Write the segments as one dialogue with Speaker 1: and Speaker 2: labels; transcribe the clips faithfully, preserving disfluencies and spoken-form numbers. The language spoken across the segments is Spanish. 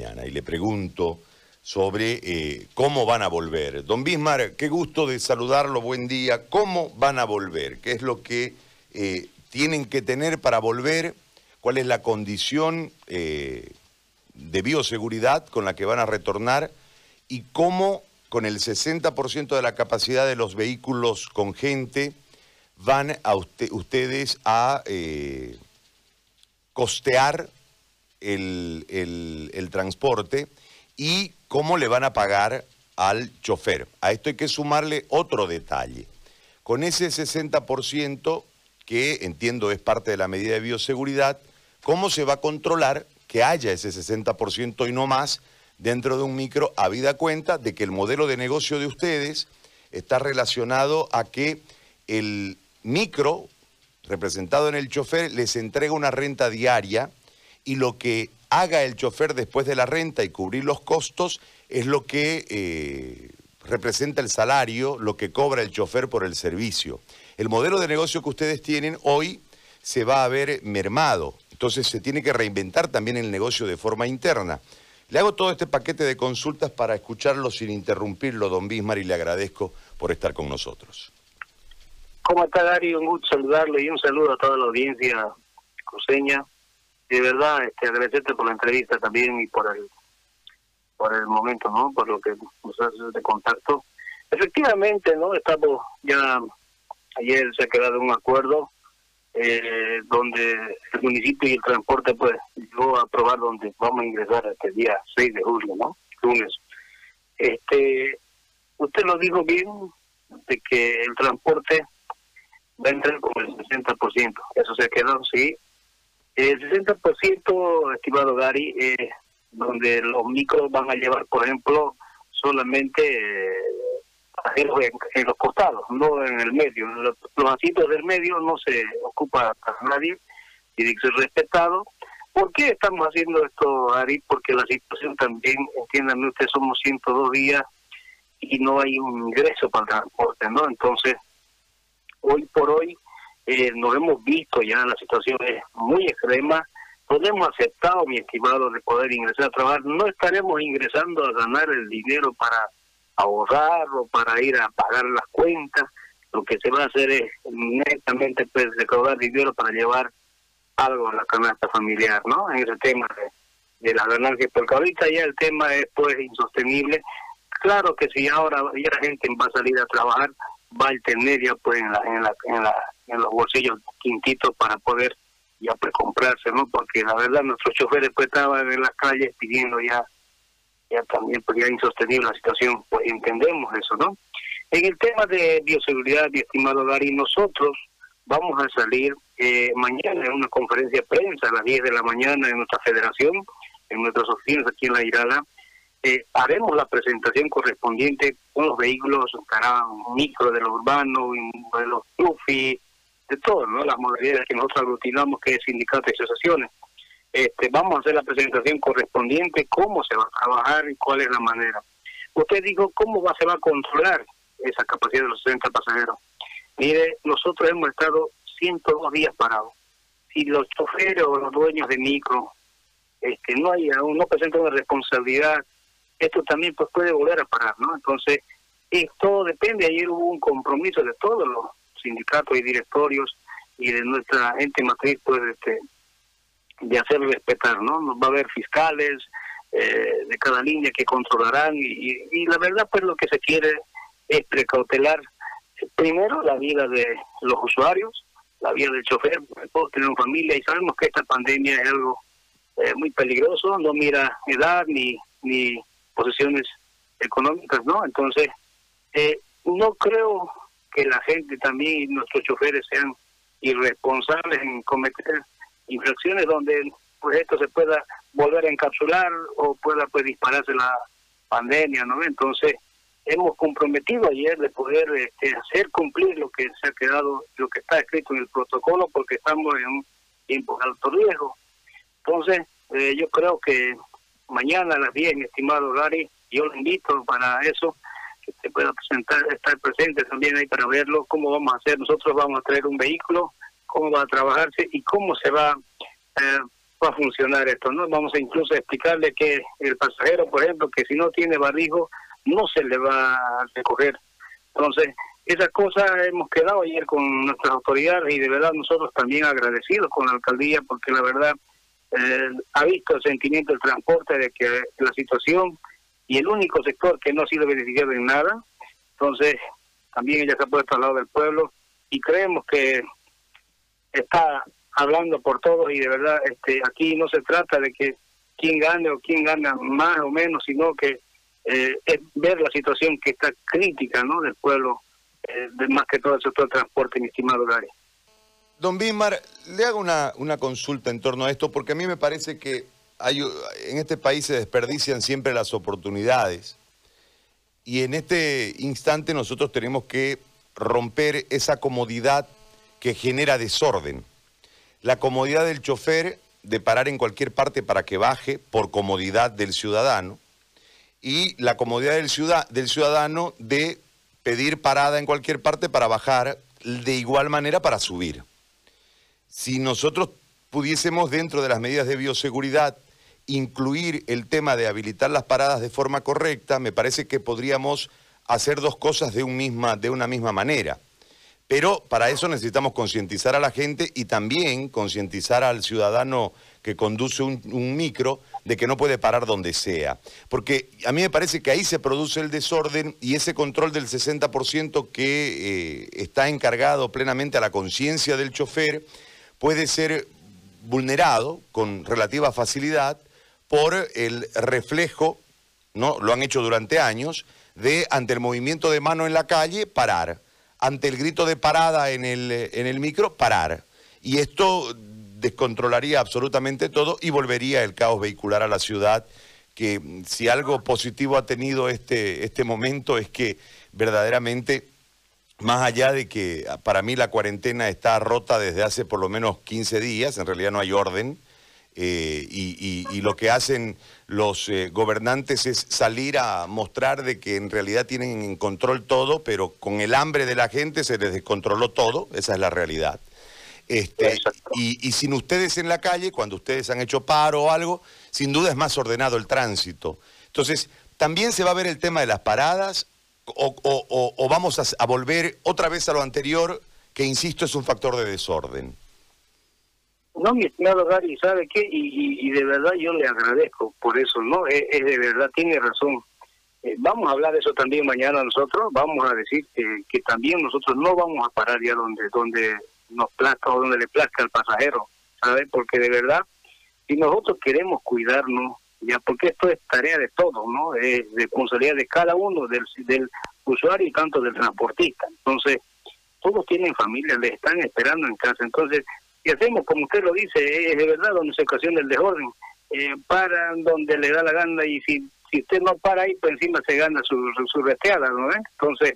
Speaker 1: mañana y le pregunto sobre eh, cómo van a volver. Don Bismar, qué gusto de saludarlo, buen día. ¿Cómo van a volver? ¿Qué es lo que eh, tienen que tener para volver? ¿Cuál es la condición eh, de bioseguridad con la que van a retornar? ¿Y cómo, con el sesenta por ciento de la capacidad de los vehículos con gente, van a usted, ustedes a eh, costear el, el, el transporte? ¿Y cómo le van a pagar al chofer? A esto hay que sumarle otro detalle. Con ese sesenta por ciento, que entiendo es parte de la medida de bioseguridad, ¿cómo se va a controlar que haya ese sesenta por ciento y no más dentro de un micro, habida cuenta de que el modelo de negocio de ustedes está relacionado a que el micro, representado en el chofer, les entrega una renta diaria y lo que haga el chofer después de la renta y cubrir los costos es lo que eh, representa el salario, lo que cobra el chofer por el servicio. El modelo de negocio que ustedes tienen hoy se va a ver mermado, entonces se tiene que reinventar también el negocio de forma interna. Le hago todo este paquete de consultas para escucharlo sin interrumpirlo, don Bismar, y le agradezco por estar con nosotros.
Speaker 2: ¿Cómo está, Darío? Un gusto saludarlo y un saludo a toda la audiencia cruceña. De verdad, este, agradecerte por la entrevista también y por el por el momento, ¿no? Por lo que nos haces de contacto. Efectivamente, ¿no? Estamos ya, ayer se ha quedado un acuerdo eh, donde el municipio y el transporte, pues, llegó a aprobar donde vamos a ingresar hasta el día seis de julio, ¿no? Lunes. Este, usted lo dijo bien, de que el transporte va a entrar con el sesenta por ciento. Eso se ha quedado, sí. El sesenta por ciento, estimado Gary, eh, donde los micros van a llevar, por ejemplo, solamente eh, en, en los costados, no en el medio. Los, los asientos del medio no se ocupa para nadie, tiene que ser respetado. ¿Por qué estamos haciendo esto, Gary? Porque la situación también, entiéndanme ustedes, somos ciento dos días y no hay un ingreso para el transporte, ¿no? Entonces, hoy por hoy, Eh, nos hemos visto ya, la situación es muy extrema, nos hemos aceptado, mi estimado, de poder ingresar a trabajar. No estaremos ingresando a ganar el dinero para ahorrar o para ir a pagar las cuentas. Lo que se va a hacer es netamente pues recaudar dinero para llevar algo a la canasta familiar, ¿no? En ese tema de, de la ganancia, porque ahorita ya el tema es pues insostenible. Claro que si ahora ya la gente va a salir a trabajar, va a tener ya pues en la, en la, en la en los bolsillos quintitos para poder ya precomprarse, ¿no? Porque la verdad nuestros choferes pues estaban en las calles pidiendo ya, ya también, pues ya insostenible la situación, pues entendemos eso, ¿no? En el tema de bioseguridad, mi estimado Gary, nosotros vamos a salir eh, mañana en una conferencia de prensa a las diez de la mañana en nuestra federación, en nuestras oficinas aquí en La Irala. Eh, haremos la presentación correspondiente con los vehículos, estará un micro de lo urbano, de los Tufi, de todo, ¿no? Las modalidades que nosotros aglutinamos, que es sindicatos y asociaciones. Este, vamos a hacer la presentación correspondiente, cómo se va a trabajar y cuál es la manera. Usted dijo, ¿cómo va, se va a controlar esa capacidad de los sesenta pasajeros? Mire, nosotros hemos estado ciento dos días parados. Si los choferes o los dueños de micro este, no hay aún, no presentan una responsabilidad, esto también pues puede volver a parar, ¿no? Entonces, esto depende. Ayer hubo un compromiso de todos los sindicatos y directorios y de nuestra ente matriz, pues, este, de hacer respetar, ¿no? Nos va a haber fiscales eh, de cada línea que controlarán y, y, y la verdad, pues, lo que se quiere es precautelar primero la vida de los usuarios, la vida del chofer, porque todos tenemos familia y sabemos que esta pandemia es algo eh, muy peligroso, no mira edad ni ni posiciones económicas, ¿no? Entonces, eh, no creo que la gente también y nuestros choferes sean irresponsables en cometer infracciones donde pues esto se pueda volver a encapsular o pueda pues dispararse la pandemia, ¿no? Entonces, hemos comprometido ayer de poder este, hacer cumplir lo que se ha quedado, lo que está escrito en el protocolo, porque estamos en un tiempo de alto riesgo. Entonces, eh, yo creo que mañana a las diez, mi estimado Gary, yo lo invito para eso, que se pueda presentar, estar presente también ahí para verlo, cómo vamos a hacer. Nosotros vamos a traer un vehículo, cómo va a trabajarse y cómo se va a eh, va a funcionar esto, ¿no? Vamos a incluso explicarle que el pasajero, por ejemplo, que si no tiene barbijo, no se le va a recoger. Entonces, esas cosas hemos quedado ayer con nuestras autoridades y de verdad nosotros también agradecidos con la alcaldía porque la verdad eh, ha visto el sentimiento del transporte de que la situación y el único sector que no ha sido beneficiado en nada, entonces también ella se ha puesto al lado del pueblo y creemos que está hablando por todos y de verdad este aquí no se trata de que quién gane o quién gana más o menos, sino que eh, es ver la situación que está crítica, ¿no?, del pueblo, eh, de más que todo el sector de transporte, mi estimado Gary.
Speaker 1: Don Bismar, le hago una, una consulta en torno a esto, porque a mí me parece que hay, en este país se desperdician siempre las oportunidades y en este instante nosotros tenemos que romper esa comodidad que genera desorden. La comodidad del chofer de parar en cualquier parte para que baje por comodidad del ciudadano y la comodidad del, ciudad, del ciudadano de pedir parada en cualquier parte para bajar de igual manera para subir. Si nosotros pudiésemos dentro de las medidas de bioseguridad incluir el tema de habilitar las paradas de forma correcta, me parece que podríamos hacer dos cosas de, un misma, de una misma manera. Pero para eso necesitamos concientizar a la gente y también concientizar al ciudadano que conduce un, un micro de que no puede parar donde sea. Porque a mí me parece que ahí se produce el desorden y ese control del sesenta por ciento que eh, está encargado plenamente a la conciencia del chofer puede ser vulnerado con relativa facilidad por el reflejo, ¿no?, lo han hecho durante años, de ante el movimiento de mano en la calle, parar. Ante el grito de parada en el, en el micro, parar. Y esto descontrolaría absolutamente todo y volvería el caos vehicular a la ciudad, que si algo positivo ha tenido este, este momento es que verdaderamente, más allá de que para mí la cuarentena está rota desde hace por lo menos quince días, en realidad no hay orden, eh, y, y, y lo que hacen los eh, gobernantes es salir a mostrar de que en realidad tienen en control todo, pero con el hambre de la gente se les descontroló todo, esa es la realidad. Este, y, y sin ustedes en la calle, cuando ustedes han hecho paro o algo, sin duda es más ordenado el tránsito. Entonces, también se va a ver el tema de las paradas, o, o, o, o vamos a, a volver otra vez a lo anterior, que insisto es un factor de desorden.
Speaker 2: No, mi estimado Gary, ¿sabe qué? Y, y, y de verdad yo le agradezco por eso, ¿no? Es, es de verdad, tiene razón. Eh, vamos a hablar de eso también mañana nosotros, vamos a decir que, que también nosotros no vamos a parar ya donde donde nos plazca o donde le plazca al pasajero, ¿sabe? Porque de verdad, si nosotros queremos cuidarnos, ya porque esto es tarea de todos, ¿no? Es responsabilidad de cada uno, del, del usuario y tanto del transportista. Entonces, todos tienen familia, les están esperando en casa, entonces... Y hacemos, como usted lo dice, es de verdad donde se ocasiona el desorden. Eh, paran donde le da la gana y si si usted no para ahí, pues encima se gana su, su, su resteada, ¿no? ¿Eh? Entonces,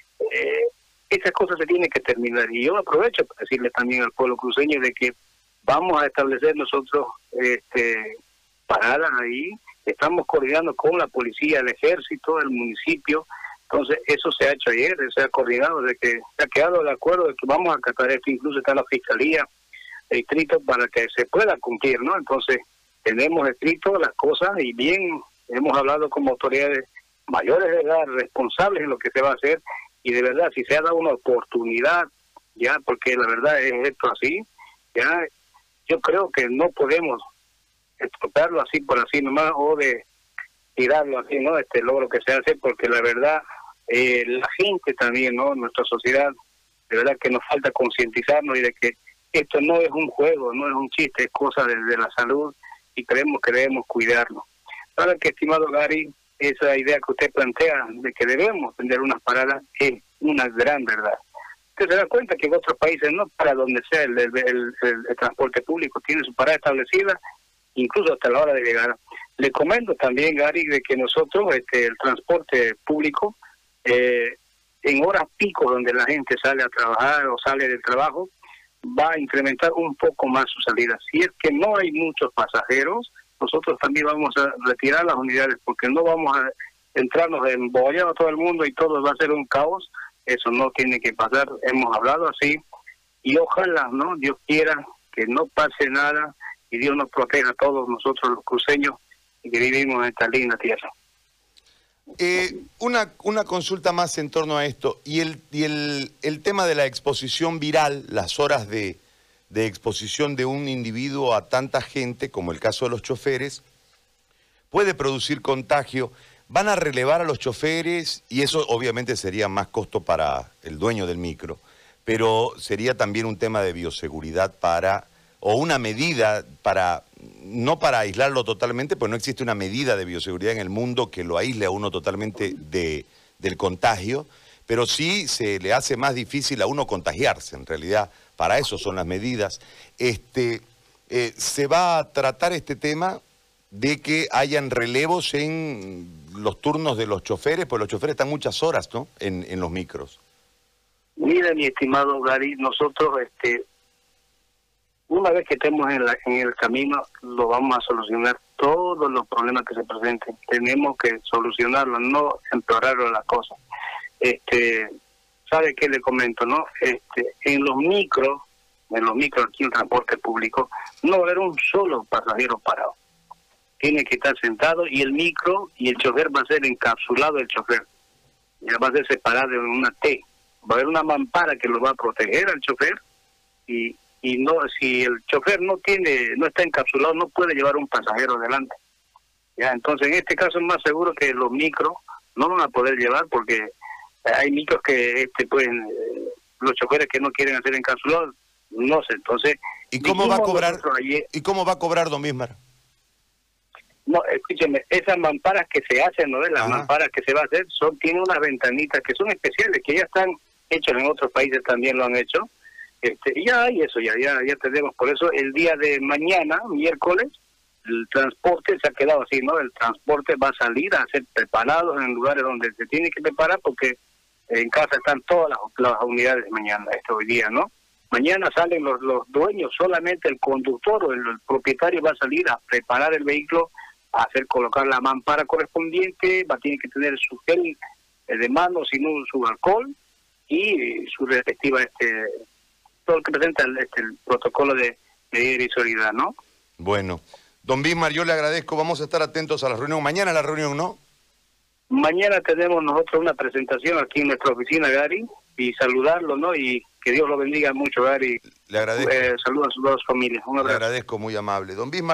Speaker 2: eh, esas cosas se tienen que terminar. Y yo aprovecho para decirle también al pueblo cruceño de que vamos a establecer nosotros este, paradas ahí. Estamos coordinando con la policía, el ejército, el municipio. Entonces, eso se ha hecho ayer, se ha coordinado, de que se ha quedado de acuerdo de que vamos a acatar esto. Incluso está la fiscalía escrito para que se pueda cumplir, ¿no? Entonces, tenemos escrito las cosas y bien, hemos hablado como autoridades mayores de edad, responsables en lo que se va a hacer, y de verdad, si se ha dado una oportunidad, ya, porque la verdad es esto así, ya, yo creo que no podemos estropearlo así por así nomás, o de tirarlo así, ¿no? Este logro que se hace, porque la verdad, eh, la gente también, ¿no? Nuestra sociedad, de verdad que nos falta concientizarnos y de que esto no es un juego, no es un chiste, es cosa de, de la salud y creemos que debemos cuidarlo. Ahora que, estimado Gary, esa idea que usted plantea de que debemos tener unas paradas es una gran verdad. Usted se da cuenta que en otros países, no para donde sea el, el, el, el, el transporte público, tiene su parada establecida, incluso hasta la hora de llegar. Le comento también, Gary, de que nosotros, este, el transporte público, eh, en horas pico donde la gente sale a trabajar o sale del trabajo, va a incrementar un poco más su salida. Si es que no hay muchos pasajeros, nosotros también vamos a retirar las unidades, porque no vamos a entrarnos en bollado a todo el mundo y todo va a ser un caos. Eso no tiene que pasar. Hemos hablado así y ojalá, ¿no? Dios quiera que no pase nada y Dios nos proteja a todos nosotros los cruceños y que vivimos en esta linda tierra.
Speaker 1: Eh, una, una consulta más en torno a esto, y el, y el, el tema de la exposición viral, las horas de, de exposición de un individuo a tanta gente, como el caso de los choferes, puede producir contagio. ¿Van a relevar a los choferes? Y eso obviamente sería más costo para el dueño del micro, pero sería también un tema de bioseguridad para, o una medida para, no para aislarlo totalmente, pues no existe una medida de bioseguridad en el mundo que lo aísle a uno totalmente de, del contagio, pero sí se le hace más difícil a uno contagiarse, en realidad, para eso son las medidas. Este, eh, ¿se va a tratar este tema de que hayan relevos en los turnos de los choferes? Pues los choferes están muchas horas, ¿no?, en, en los micros.
Speaker 2: Mira, mi estimado Gary, nosotros, este, una vez que estemos en, la, en el camino, lo vamos a solucionar todos los problemas que se presenten. Tenemos que solucionarlo, no empeorar las cosas. Este, ¿sabe qué le comento, no? Este, en los micros, en los micros aquí en transporte público, no va a haber un solo pasajero parado. Tiene que estar sentado y el micro y el chofer va a ser encapsulado el chofer. Ya va a ser separado en una T. Va a haber una mampara que lo va a proteger al chofer y, y no, si el chofer no tiene, no está encapsulado, no puede llevar un pasajero adelante. Ya, entonces en este caso es más seguro que los micros no van a poder llevar porque hay micros que este pueden, los choferes que no quieren hacer encapsulados, no sé, entonces...
Speaker 1: ¿Y cómo va a cobrar, ayer, ¿y cómo va a cobrar, don Bismar?
Speaker 2: No, escúcheme, esas mamparas que se hacen, ¿no? Las Ajá. mamparas que se va a hacer, son tienen unas ventanitas que son especiales, que ya están hechas en otros países, también lo han hecho. Este, y ya hay eso, ya, ya, ya tenemos. Por eso el día de mañana, miércoles, el transporte se ha quedado así, ¿no? El transporte va a salir a ser preparado en lugares donde se tiene que preparar, porque en casa están todas las, las unidades mañana, este hoy día, ¿no? Mañana salen los, los dueños, solamente el conductor o el, el propietario va a salir a preparar el vehículo, a hacer colocar la mampara correspondiente, va a tener que tener su gel de mano, sino su alcohol y su respectiva, este, todo lo que presenta el, este, el protocolo de medida de solidaridad, ¿no?
Speaker 1: Bueno, don Bismar, yo le agradezco, vamos a estar atentos a la reunión. Mañana la reunión, ¿no? Mañana tenemos nosotros una presentación aquí en nuestra oficina, Gary, y saludarlo, ¿no? Y que Dios lo bendiga mucho, Gary. Le agradezco. Eh, saludos a sus dos familias. Un abrazo. Le agradezco, muy amable. Don Bismar.